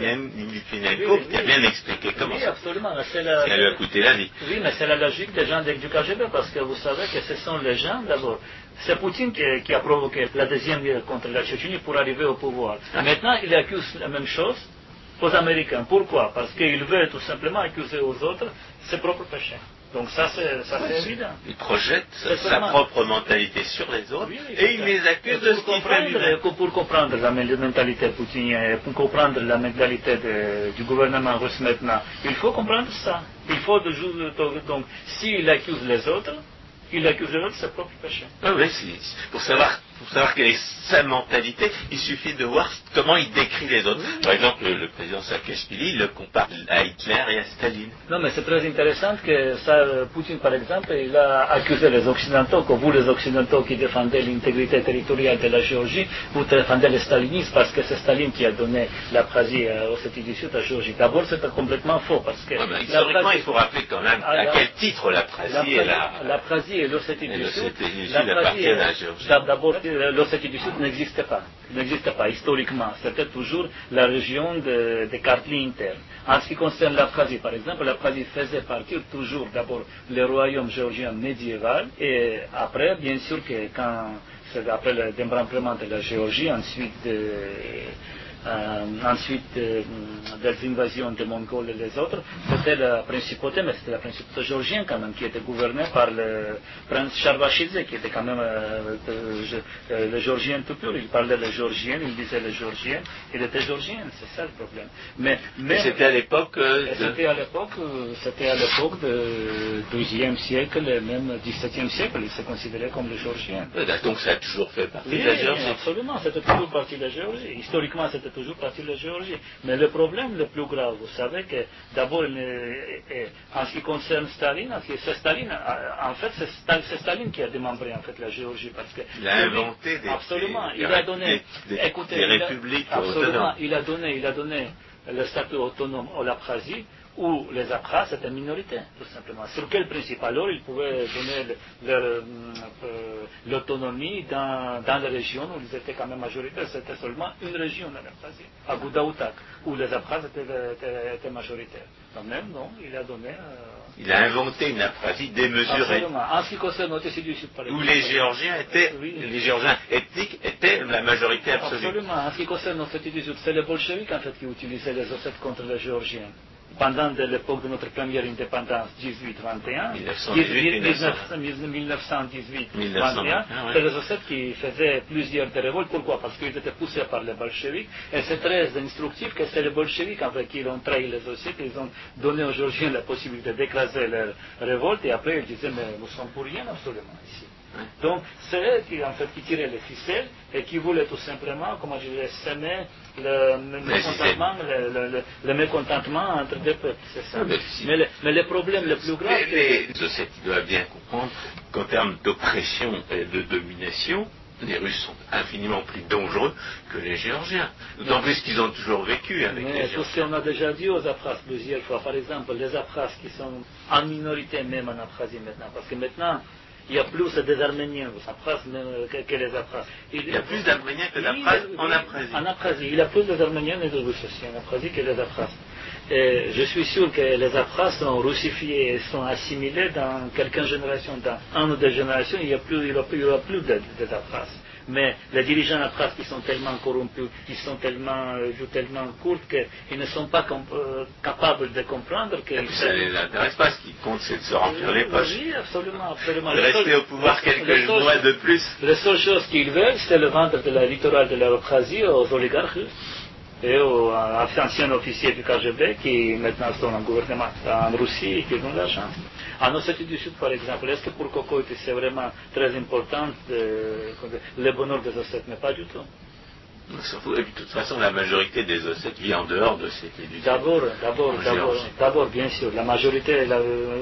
Litvinenko qui a bien expliqué comment oui, ça. Absolument. C'est la, ça lui a coûté la vie. Oui, mais c'est la logique des gens du K G B, parce que vous savez que ce sont les gens, d'abord. C'est Poutine qui, qui a provoqué la deuxième guerre contre la Tchétchénie pour arriver au pouvoir. Ah. Maintenant, il accuse la même chose aux Américains. Pourquoi? Parce qu'il veut tout simplement accuser aux autres ses propres péchés. Donc ça, c'est, ça, c'est évident. Il projette sa, sa propre mentalité sur les autres, oui, et il les accuse de ce qu'il fait lui-même. Pour comprendre la mentalité poutinienne, pour comprendre la mentalité de, du gouvernement russe maintenant, il faut comprendre ça. Il faut de, donc, s'il accuse les autres, il accuse les autres de ses propres péchés. Ah oui, c'est, pour savoir Pour savoir quelle est sa mentalité, il suffit de voir comment il décrit les autres. Par exemple, le, le président Saakashvili, il le compare à Hitler et à Staline. Non, mais c'est très intéressant que ça, Poutine, par exemple, il a accusé les Occidentaux, que vous, les Occidentaux qui défendez l'intégrité territoriale de la Géorgie, vous défendez le stalinisme, parce que c'est Staline qui a donné l'Abkhazie aux Ossétie du Sud à Géorgie. D'abord, c'était complètement faux, parce que... Ah ben, historiquement, il faut rappeler quand même à, à quel titre l'Abkhazie et la... L'Abkhazie et l'Ossétie du Sud... appartiennent à la Géorgie. D'abord, l'Ossétie du Sud n'existait pas, n'existait pas historiquement. C'était toujours la région de, de Kartli interne. En ce qui concerne l'Abkhazie, par exemple, l'Abkhazie faisait partie toujours d'abord le royaume géorgien médiéval, et après, bien sûr que quand, après le démembrement de la Géorgie, ensuite de, euh, ensuite euh, des invasions des Mongols et les autres, c'était la principauté, mais c'était la principauté géorgienne quand même, qui était gouvernée par le prince Charvachidze, qui était quand même euh, euh, le géorgien tout pur. Il parlait le géorgien, il disait le géorgien, il était géorgien, c'est ça le problème. Mais, mais c'était à l'époque euh, de... c'était à l'époque, c'était à l'époque du douzième siècle et même dix-septième siècle, il se considérait comme le géorgien. Donc ça a toujours fait partie oui, de la Géorgie. Absolument, c'était toujours partie de la Géorgie. Historiquement, c'était toujours partie de la Géorgie. Mais le problème le plus grave, vous savez que d'abord, en ce qui concerne Staline, c'est Staline, en fait, c'est Staline qui a démembré en fait la Géorgie, parce que il a inventé des, absolument, des, il a donné, des, écoutez, des il a, républiques absolument, autonomes. Il a donné, il a donné le statut autonome à l'Abkhazie, où les Abkhazes étaient minorité, tout simplement. Sur quel principe alors ils pouvaient donner l'autonomie dans, dans les régions où ils étaient quand même majoritaires? C'était seulement une région de l'Abkhazie, à Goudautak, où les Abkhazes étaient, étaient, étaient majoritaires. Quand même, non, il a donné... Euh, il a inventé une Abkhazie démesurée. Absolument. En ce qui concerne notre du Sud, par exemple. Où les Géorgiens étaient, oui. les Géorgiens ethniques étaient la majorité absolue. Absolument. En ce qui concerne notre du Sud, c'est les bolcheviks en fait qui utilisaient les Ossètes contre les Géorgiens. Pendant de l'époque de notre première indépendance, dix-huit vingt et un, mille neuf cent dix-huit vingt et un, c'est les Ossètes qui faisaient plusieurs de révoltes. Pourquoi? Parce qu'ils étaient poussés par les bolcheviks. Et c'est très instructif que c'est les bolcheviks en fait, qui ont trahi les Ossètes. Ils ont donné aux Géorgiens la possibilité d'écraser leur révolte. Et après, ils disaient, mais nous sommes pour rien absolument ici. Donc, c'est eux qui, en fait, qui tiraient les ficelles et qui voulaient tout simplement, comment je dirais, semer le, le, mécontentement, le, le, le mécontentement entre deux peuples. C'est ça. Mais, mais, le, mais le problème le plus grave... Les Ossètes doivent bien comprendre qu'en termes d'oppression et de domination, les Russes sont infiniment plus dangereux que les Géorgiens. D'autant plus qu'ils ont toujours vécu avec mais les Géorgiens. Tout ce qu'on a déjà dit aux Abkhazes plusieurs fois. Par exemple, les Abkhazes qui sont en minorité même en Abkhazie maintenant. Parce que maintenant... il y a plus des Arméniens que, que les Abkhazes. Il, il y a plus d'Arméniens que d'Abkhazes en Abkhazie. En Abkhazie, il y a plus d'Arméniens et de Russes aussi en Abkhazie que les Abkhazes. Et je suis sûr que les Abkhazes sont russifiés et sont assimilés dans quelques générations. Dans un ou deux générations, il n'y aura plus, il y aura plus, il y aura plus d'Abkhazes. Mais les dirigeants abkhazes qui sont tellement corrompus, qui sont tellement, euh, tellement courts qu'ils ne sont pas euh, capables de comprendre que... Et ça ne les intéresse pas, ce qui compte c'est de se remplir les poches. Oui, absolument, absolument. De rester au pouvoir quelques mois de plus. La seule chose qu'ils veulent, c'est le vendre de la littoral de l'Abkhazie aux oligarques et aux anciens officiers du K G B qui maintenant sont en gouvernement en Russie et qui ont l'argent. En Ossétie du Sud, par exemple, est-ce que pour Kokoït c'est vraiment très important de, de, le bonheur des Ossètes? Mais pas du tout. Et puis, de toute façon, la majorité des Ossètes vit en dehors de cette éducation. D'abord, d'abord, d'abord, d'abord, bien sûr, la majorité, la,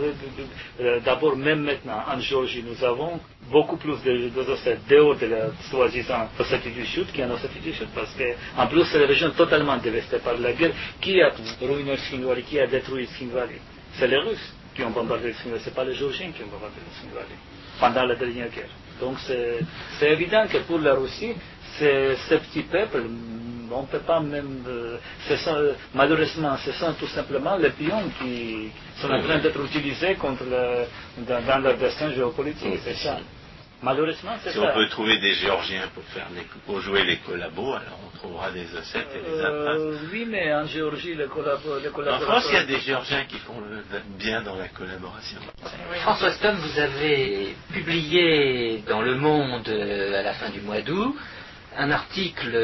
d'abord, même maintenant, en Géorgie, nous avons beaucoup plus de, de Ossètes dehors de la soi-disant Ossétie du Sud qu'en Ossétie du Sud, parce que, en plus, c'est une région totalement dévastée par la guerre. Qui a ruiné Skinvali? Qui a détruit Skinvali? C'est les Russes qui ont bombardé le Skinvali, ce n'est pas les Géorgiens qui ont bombardé le Skinvali pendant la dernière guerre. Donc, c'est, c'est évident que pour la Russie, Ces, ces petits peuples, on ne peut pas même... Euh, ce sont, malheureusement, ce sont tout simplement les pions qui sont en train d'être utilisés contre le, dans, dans leur destin géopolitique, c'est ça. Malheureusement, c'est si ça. Si on peut trouver des Géorgiens pour, faire les, pour jouer les collabos, alors on trouvera des Ossètes et des Abkhazes. Euh, oui, mais en Géorgie, les, collabo, les collaborateurs... En France, il y a des Géorgiens qui font le, bien dans la collaboration. François Stom, vous avez publié dans Le Monde à la fin du mois d'août un article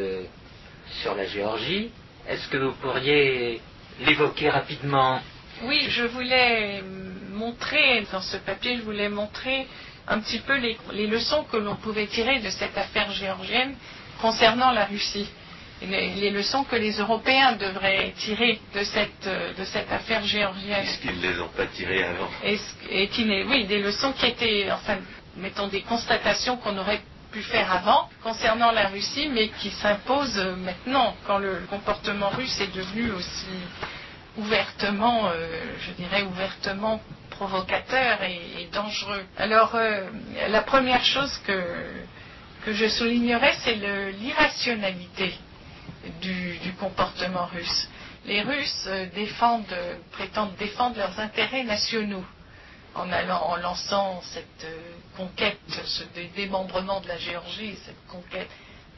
sur la Géorgie. Est-ce que vous pourriez l'évoquer rapidement? Oui, je voulais montrer, dans ce papier, je voulais montrer un petit peu les, les leçons que l'on pouvait tirer de cette affaire géorgienne concernant la Russie. Les, les leçons que les Européens devraient tirer de cette, de cette affaire géorgienne. Puisqu'ils ne les ont pas tirées avant. Et, et qui n'est, oui, des leçons qui étaient, enfin, mettons des constatations qu'on aurait pu faire avant concernant la Russie, mais qui s'imposent maintenant, quand le comportement russe est devenu aussi ouvertement, euh, je dirais ouvertement provocateur et, et dangereux. Alors, euh, la première chose que, que je soulignerais, c'est le, l'irrationalité du, du comportement russe. Les Russes euh, défendent, euh, prétendent défendre leurs intérêts nationaux en, allant, en lançant cette euh, conquête, ce dé- démembrement de la Géorgie, cette conquête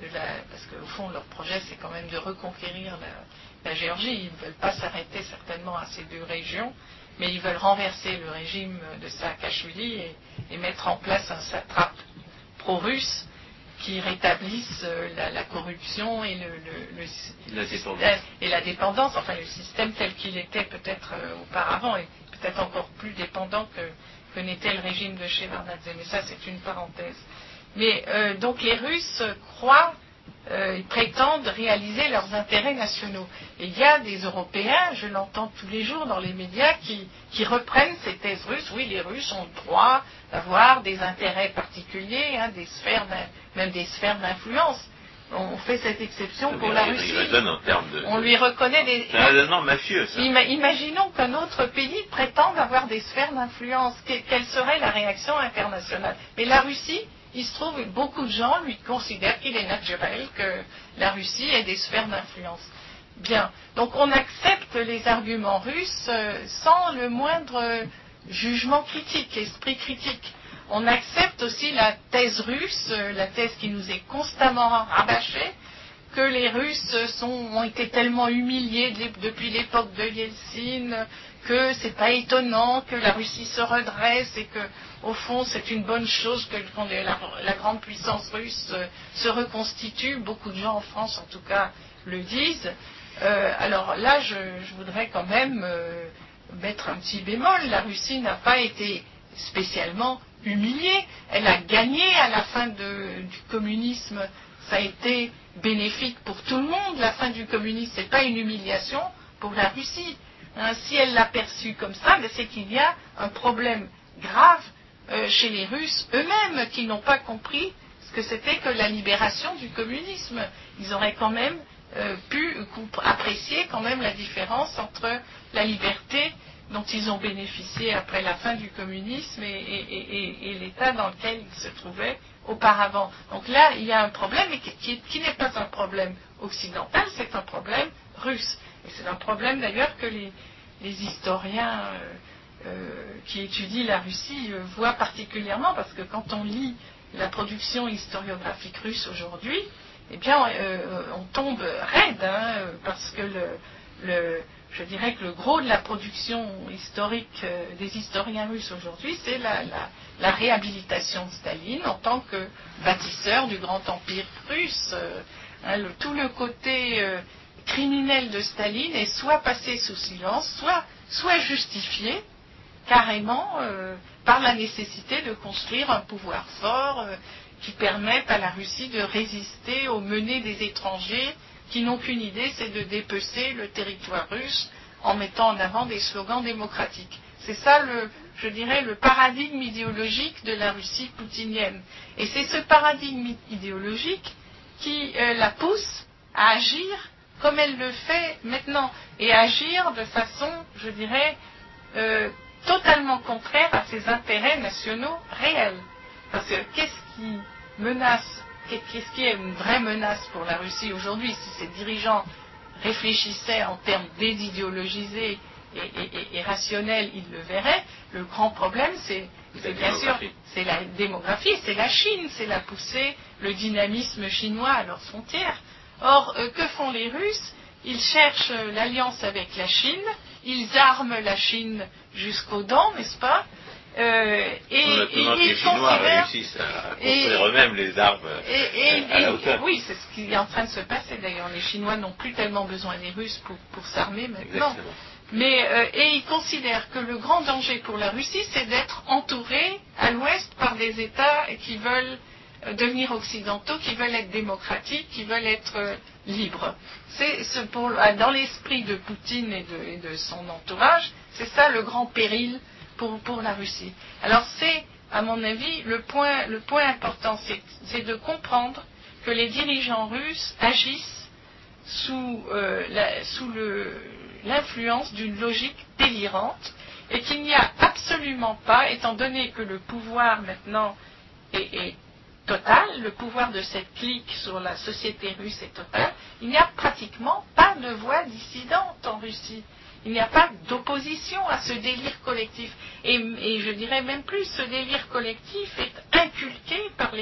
de la, parce qu'au fond leur projet c'est quand même de reconquérir la, la Géorgie. Ils ne veulent pas s'arrêter certainement à ces deux régions, mais ils veulent renverser le régime de Saakashvili et, et mettre en place un satrape pro-russe qui rétablisse la, la corruption et, le, le, le, la dépendance. et la dépendance, enfin le système tel qu'il était peut-être euh, auparavant, et peut-être encore plus dépendant que, que n'était le régime de Shevardnadze. Mais ça, c'est une parenthèse. Mais euh, donc les Russes croient, euh, ils prétendent réaliser leurs intérêts nationaux. Et il y a des Européens, je l'entends tous les jours dans les médias, qui, qui reprennent ces thèses russes. Oui, les Russes ont le droit d'avoir des intérêts particuliers, hein, des sphères, même des sphères d'influence. On fait cette exception pour la Russie. De... On lui reconnaît des... C'est un raisonnement mafieux, ça. Ima- imaginons qu'un autre pays prétende avoir des sphères d'influence. Que- quelle serait la réaction internationale? Mais la Russie, il se trouve, beaucoup de gens lui considèrent qu'il est naturel que la Russie ait des sphères d'influence. Bien. Donc on accepte les arguments russes euh, sans le moindre euh, jugement critique, esprit critique. On accepte aussi la thèse russe, euh, la thèse qui nous est constamment rabâchée, que les Russes sont, ont été tellement humiliés de, depuis l'époque de Yeltsin, que c'est pas étonnant que la Russie se redresse et que, au fond, c'est une bonne chose que quand la, la grande puissance russe euh, se reconstitue. Beaucoup de gens en France, en tout cas, le disent. Euh, alors là, je, je voudrais quand même euh, mettre un petit bémol. La Russie n'a pas été spécialement humiliée. Elle a gagné à la fin de, du communisme. Ça a été bénéfique pour tout le monde. La fin du communisme, c'est pas une humiliation pour la Russie. Hein, si elle l'a perçue comme ça, ben c'est qu'il y a un problème grave euh, chez les Russes eux-mêmes qui n'ont pas compris ce que c'était que la libération du communisme. Ils auraient quand même euh, pu apprécier quand même la différence entre la liberté dont ils ont bénéficié après la fin du communisme et, et, et, et l'état dans lequel ils se trouvaient auparavant. Donc là, il y a un problème et qui, qui n'est pas un problème occidental, c'est un problème russe. Et c'est un problème d'ailleurs que les, les historiens euh, euh, qui étudient la Russie euh, voient particulièrement, parce que quand on lit la production historiographique russe aujourd'hui, eh bien, euh, on tombe raide, hein, parce que le, le je dirais que le gros de la production historique euh, des historiens russes aujourd'hui, c'est la, la, la réhabilitation de Staline en tant que bâtisseur du grand empire russe. Euh, hein, le, tout le côté euh, criminel de Staline est soit passé sous silence, soit, soit justifié carrément euh, par la nécessité de construire un pouvoir fort euh, qui permette à la Russie de résister aux menées des étrangers qui n'ont qu'une idée, c'est de dépecer le territoire russe en mettant en avant des slogans démocratiques. C'est ça, le, je dirais, le paradigme idéologique de la Russie poutinienne. Et c'est ce paradigme idéologique qui euh, la pousse à agir comme elle le fait maintenant, et agir de façon, je dirais, euh, totalement contraire à ses intérêts nationaux réels. Parce que qu'est-ce qui menace, qu'est-ce qui est une vraie menace pour la Russie aujourd'hui, si ses dirigeants réfléchissaient en termes désidéologisés et, et, et, et rationnels, ils le verraient. Le grand problème, c'est, c'est bien sûr, c'est la démographie, c'est la Chine, c'est la poussée, le dynamisme chinois à leurs frontières. Or, euh, que font les Russes? Ils cherchent euh, l'alliance avec la Chine, ils arment la Chine jusqu'aux dents, n'est-ce pas? Euh, et, et, et les Chinois réussissent à construire eux-mêmes les armes et, et, à la hauteur. Oui, c'est ce qui est en train de se passer d'ailleurs. Les Chinois n'ont plus tellement besoin des Russes pour, pour s'armer maintenant. Exactement. Mais, euh, et ils considèrent que le grand danger pour la Russie, c'est d'être entouré à l'ouest par des États qui veulent euh, devenir occidentaux, qui veulent être démocratiques, qui veulent être euh, libres. C'est, c'est pour, dans l'esprit de Poutine et de, et de son entourage, c'est ça le grand péril Pour, pour la Russie. Alors c'est, à mon avis, le point, le point important, c'est, c'est de comprendre que les dirigeants russes agissent sous, euh, la, sous le, l'influence d'une logique délirante et qu'il n'y a absolument pas, étant donné que le pouvoir maintenant est, est total, le pouvoir de cette clique sur la société russe est total, il n'y a pratiquement pas de voix dissidente en Russie. Il n'y a pas d'opposition à ce délire collectif. Et, et je dirais même plus, ce délire collectif est inculqué par les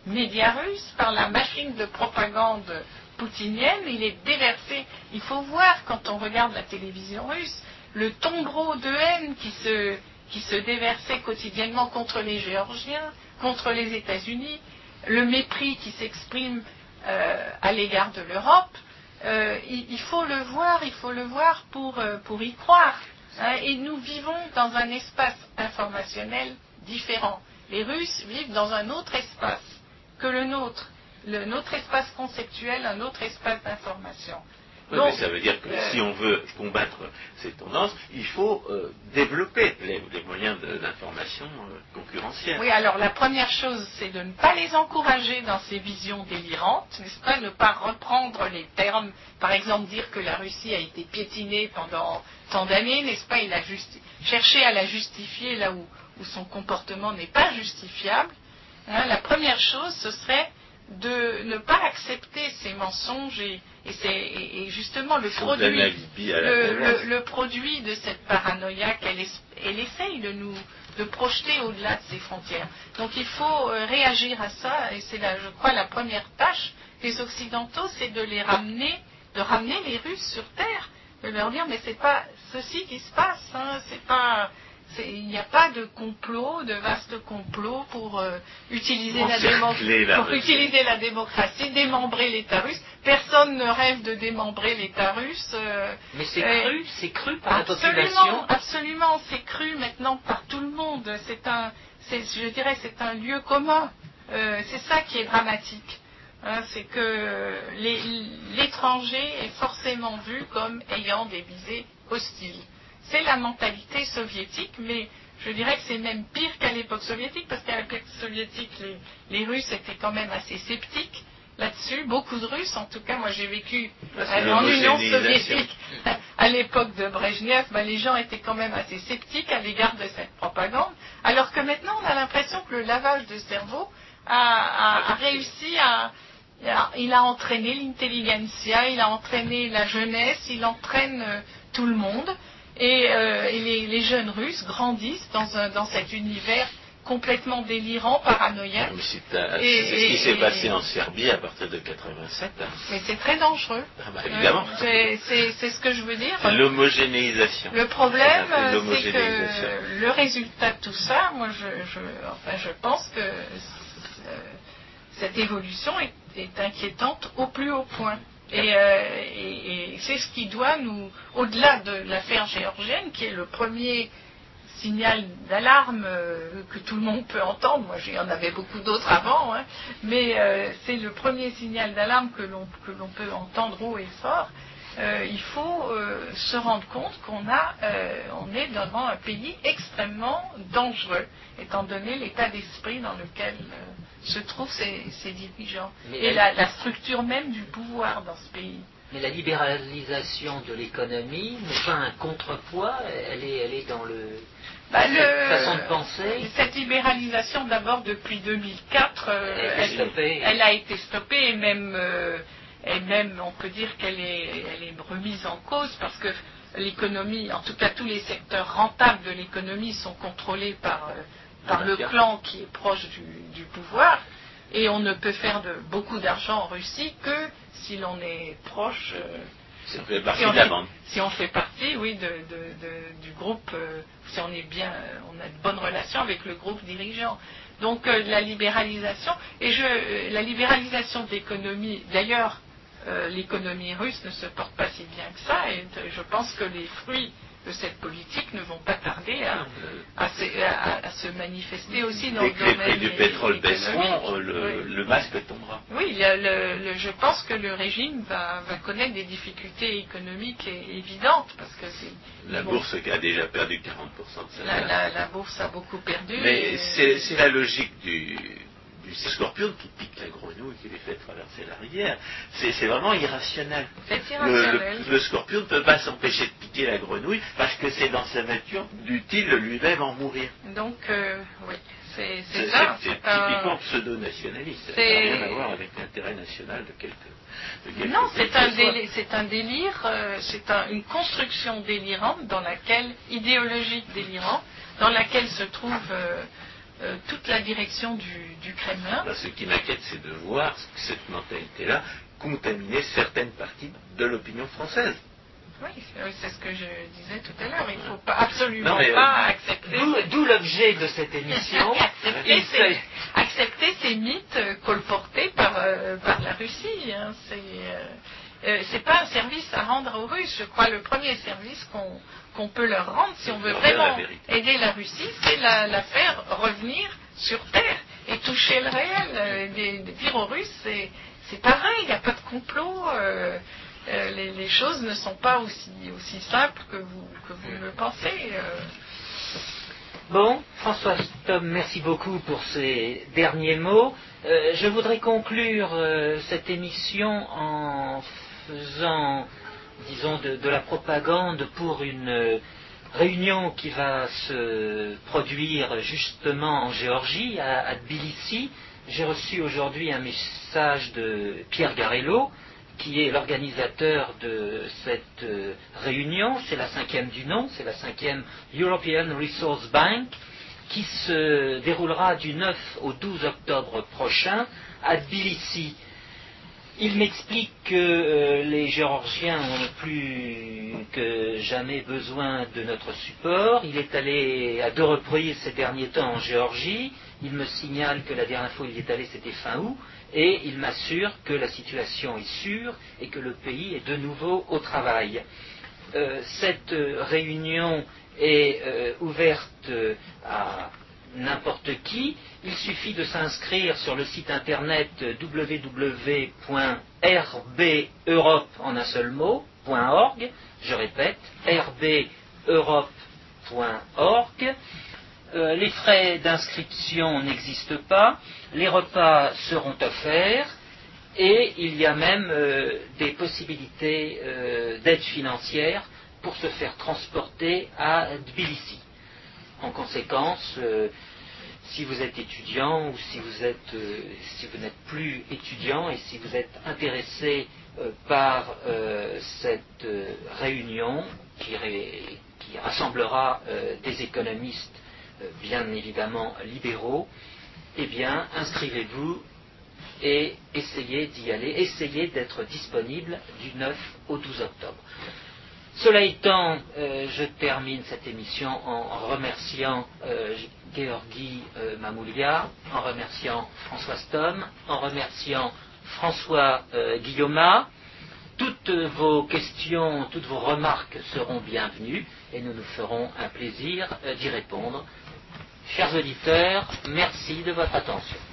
médias russes, par la machine de propagande poutinienne. Il est déversé. Il faut voir, quand on regarde la télévision russe, le tombereau de haine qui se, qui se déversait quotidiennement contre les Géorgiens, contre les États-Unis, le mépris qui s'exprime euh, à l'égard de l'Europe. Euh, il, il faut le voir, il faut le voir pour, euh, pour y croire. Hein, et nous vivons dans un espace informationnel différent. Les Russes vivent dans un autre espace que le nôtre, le, notre espace conceptuel, un autre espace d'information. Oui, Donc, mais ça veut dire que euh, si on veut combattre ces tendances, il faut euh, développer les, les moyens de, d'information euh, concurrentiels. Oui, alors la première chose, c'est de ne pas les encourager dans ces visions délirantes, n'est-ce pas, ne pas reprendre les termes, par exemple dire que la Russie a été piétinée pendant tant d'années, n'est-ce pas, il a justi- cherché à la justifier là où, où son comportement n'est pas justifiable. Hein, la première chose, ce serait de ne pas accepter ces mensonges et, et, c'est, et, et justement le produit, le, le, le produit de cette paranoïa qu'elle elle essaye de nous de projeter au-delà de ses frontières. Donc il faut euh, réagir à ça, et c'est là, je crois, la première tâche des Occidentaux, c'est de les ramener, de ramener les Russes sur terre, de leur dire mais c'est pas ceci qui se passe, hein, c'est pas C'est, il n'y a pas de complot, de vaste complot pour, euh, utiliser, la démo- la pour utiliser la démocratie, démembrer l'État russe. Personne ne rêve de démembrer l'État russe. Euh, Mais c'est euh, cru, c'est cru par la absolument, population. Absolument, c'est cru maintenant par tout le monde. C'est un, c'est, je dirais, c'est un lieu commun. Euh, c'est ça qui est dramatique. Hein, c'est que les, l'étranger est forcément vu comme ayant des visées hostiles. C'est la mentalité soviétique, mais je dirais que c'est même pire qu'à l'époque soviétique, parce qu'à l'époque soviétique, les, les Russes étaient quand même assez sceptiques là-dessus. Beaucoup de Russes, en tout cas, moi j'ai vécu euh, en Union soviétique à l'époque de Brejnev, ben, les gens étaient quand même assez sceptiques à l'égard de cette propagande, alors que maintenant on a l'impression que le lavage de cerveau a, a, a réussi à... Il a entraîné l'intelligentsia, il a entraîné la jeunesse, il entraîne euh, tout le monde. Et, euh, et les, les jeunes Russes grandissent dans, un, dans cet univers complètement délirant, paranoïaque. Mais c'est, un, et, c'est ce qui et, s'est et, passé en Serbie à partir de quatre-vingt-sept. Hein. Mais c'est très dangereux. Ah bah, évidemment. Euh, c'est, c'est, c'est ce que je veux dire. C'est l'homogénéisation. Le problème, c'est, c'est que le résultat de tout ça, moi je, je, enfin, je pense que euh, cette évolution est, est inquiétante au plus haut point. Et, euh, et, et c'est ce qui doit nous, au-delà de l'affaire géorgienne, qui est le premier signal d'alarme euh, que tout le monde peut entendre, moi il y en avait beaucoup d'autres avant, hein, mais euh, c'est le premier signal d'alarme que l'on, que l'on peut entendre haut et fort. Euh, il faut euh, se rendre compte qu'on a, euh, on est devant un pays extrêmement dangereux, étant donné l'état d'esprit dans lequel euh, se trouvent ces, ces dirigeants. Mais et la, la structure même du pouvoir dans ce pays. Mais la libéralisation de l'économie n'est pas un contrepoids, elle est, elle est dans le, bah, cette le, façon de penser. Cette libéralisation, d'abord depuis deux mille quatre, euh, elle, elle, elle a été stoppée et même, euh, et même on peut dire qu'elle est, elle est remise en cause parce que l'économie, en tout cas tous les secteurs rentables de l'économie sont contrôlés par... Euh, par le clan qui est proche du, du pouvoir, et on ne peut faire de, beaucoup d'argent en Russie que si l'on est proche, euh, si, on fait partie si, on de la fait, bande. si on fait partie, oui, de, de, de, du groupe, euh, si on est bien, on a de bonnes relations avec le groupe dirigeant. Donc euh, la libéralisation, et je, euh, la libéralisation de l'économie, d'ailleurs, euh, l'économie russe ne se porte pas si bien que ça, et euh, je pense que les fruits de cette politique ne vont pas tarder à, à, se, à, à se manifester aussi dans Dès le que les domaine prix du pétrole baisseront, le, oui. le masque tombera. Oui, le, le, le, je pense que le régime va, va connaître des difficultés économiques évidentes parce que c'est la bon, bourse a déjà perdu quarante pour cent de sa la, la, la bourse a beaucoup perdu. Mais et... c'est, c'est la logique du, du scorpion qui pique la grenouille qui lui fait traverser la rivière. C'est, c'est vraiment irrationnel. C'est irrationnel. Le, le, le scorpion ne peut pas s'empêcher de piquer la grenouille parce que c'est dans sa nature d'utile lui-même en mourir. Donc, euh, oui, c'est, c'est, c'est ça. C'est, c'est, c'est typiquement un... pseudo-nationaliste. Ça n'a rien à voir avec l'intérêt national de quelques... De quelques non, c'est un, déli- c'est un délire, euh, c'est un, une construction délirante dans laquelle, idéologique délirante, dans laquelle se trouve... Euh, euh, toute la direction du, du Kremlin. Ben, ce qui m'inquiète, c'est de voir cette mentalité-là contaminer certaines parties de l'opinion française. Oui, c'est ce que je disais tout à l'heure. Il ne faut pas, absolument non, mais, pas euh, accepter. D'où l'objet de cette émission. accepter, ces, accepter ces mythes colportés par, euh, par la Russie. Hein. C'est euh, euh, c'est pas un service à rendre aux Russes. Je crois le premier service qu'on qu'on peut leur rendre, si on veut vraiment aider la Russie, c'est la, la faire revenir sur Terre et toucher le réel. Euh, des, des dire aux Russes, c'est c'est pareil, il n'y a pas de complot. Euh, Euh, les, les choses ne sont pas aussi, aussi simples que vous, que vous le pensez. Euh. Bon, François Stom, merci beaucoup pour ces derniers mots. Euh, je voudrais conclure euh, cette émission en faisant, disons, de, de la propagande pour une euh, réunion qui va se produire justement en Géorgie, à, à Tbilissi. J'ai reçu aujourd'hui un message de Pierre Garello, qui est l'organisateur de cette euh, réunion. C'est la cinquième du nom, c'est la cinquième European Resource Bank, qui se déroulera du neuf au douze octobre prochain à Tbilissi. Il m'explique que euh, les Géorgiens ont plus que jamais besoin de notre support. Il est allé à deux reprises ces derniers temps en Géorgie. Il me signale que la dernière fois où il est allé, c'était fin août. Et il m'assure que la situation est sûre et que le pays est de nouveau au travail. Euh, cette euh, réunion est euh, ouverte euh, à n'importe qui. Il suffit de s'inscrire sur le site internet w w w point r b europe en un seul mot, .org. Je répète, r b europe point org. Euh, les frais d'inscription n'existent pas, les repas seront offerts et il y a même euh, des possibilités euh, d'aide financière pour se faire transporter à Tbilissi. En conséquence, euh, si vous êtes étudiant ou si vous êtes, euh, si vous n'êtes plus étudiant et si vous êtes intéressé euh, par euh, cette euh, réunion qui, ré, qui rassemblera euh, des économistes bien évidemment libéraux, eh bien, inscrivez-vous et essayez d'y aller, essayez d'être disponible du neuf au douze octobre. Cela étant, euh, je termine cette émission en remerciant euh, Georgi euh, Mamoulia, en remerciant François Stom, en remerciant François euh, Guillaumat. Toutes vos questions, toutes vos remarques seront bienvenues et nous nous ferons un plaisir d'y répondre. Chers auditeurs, merci de votre attention.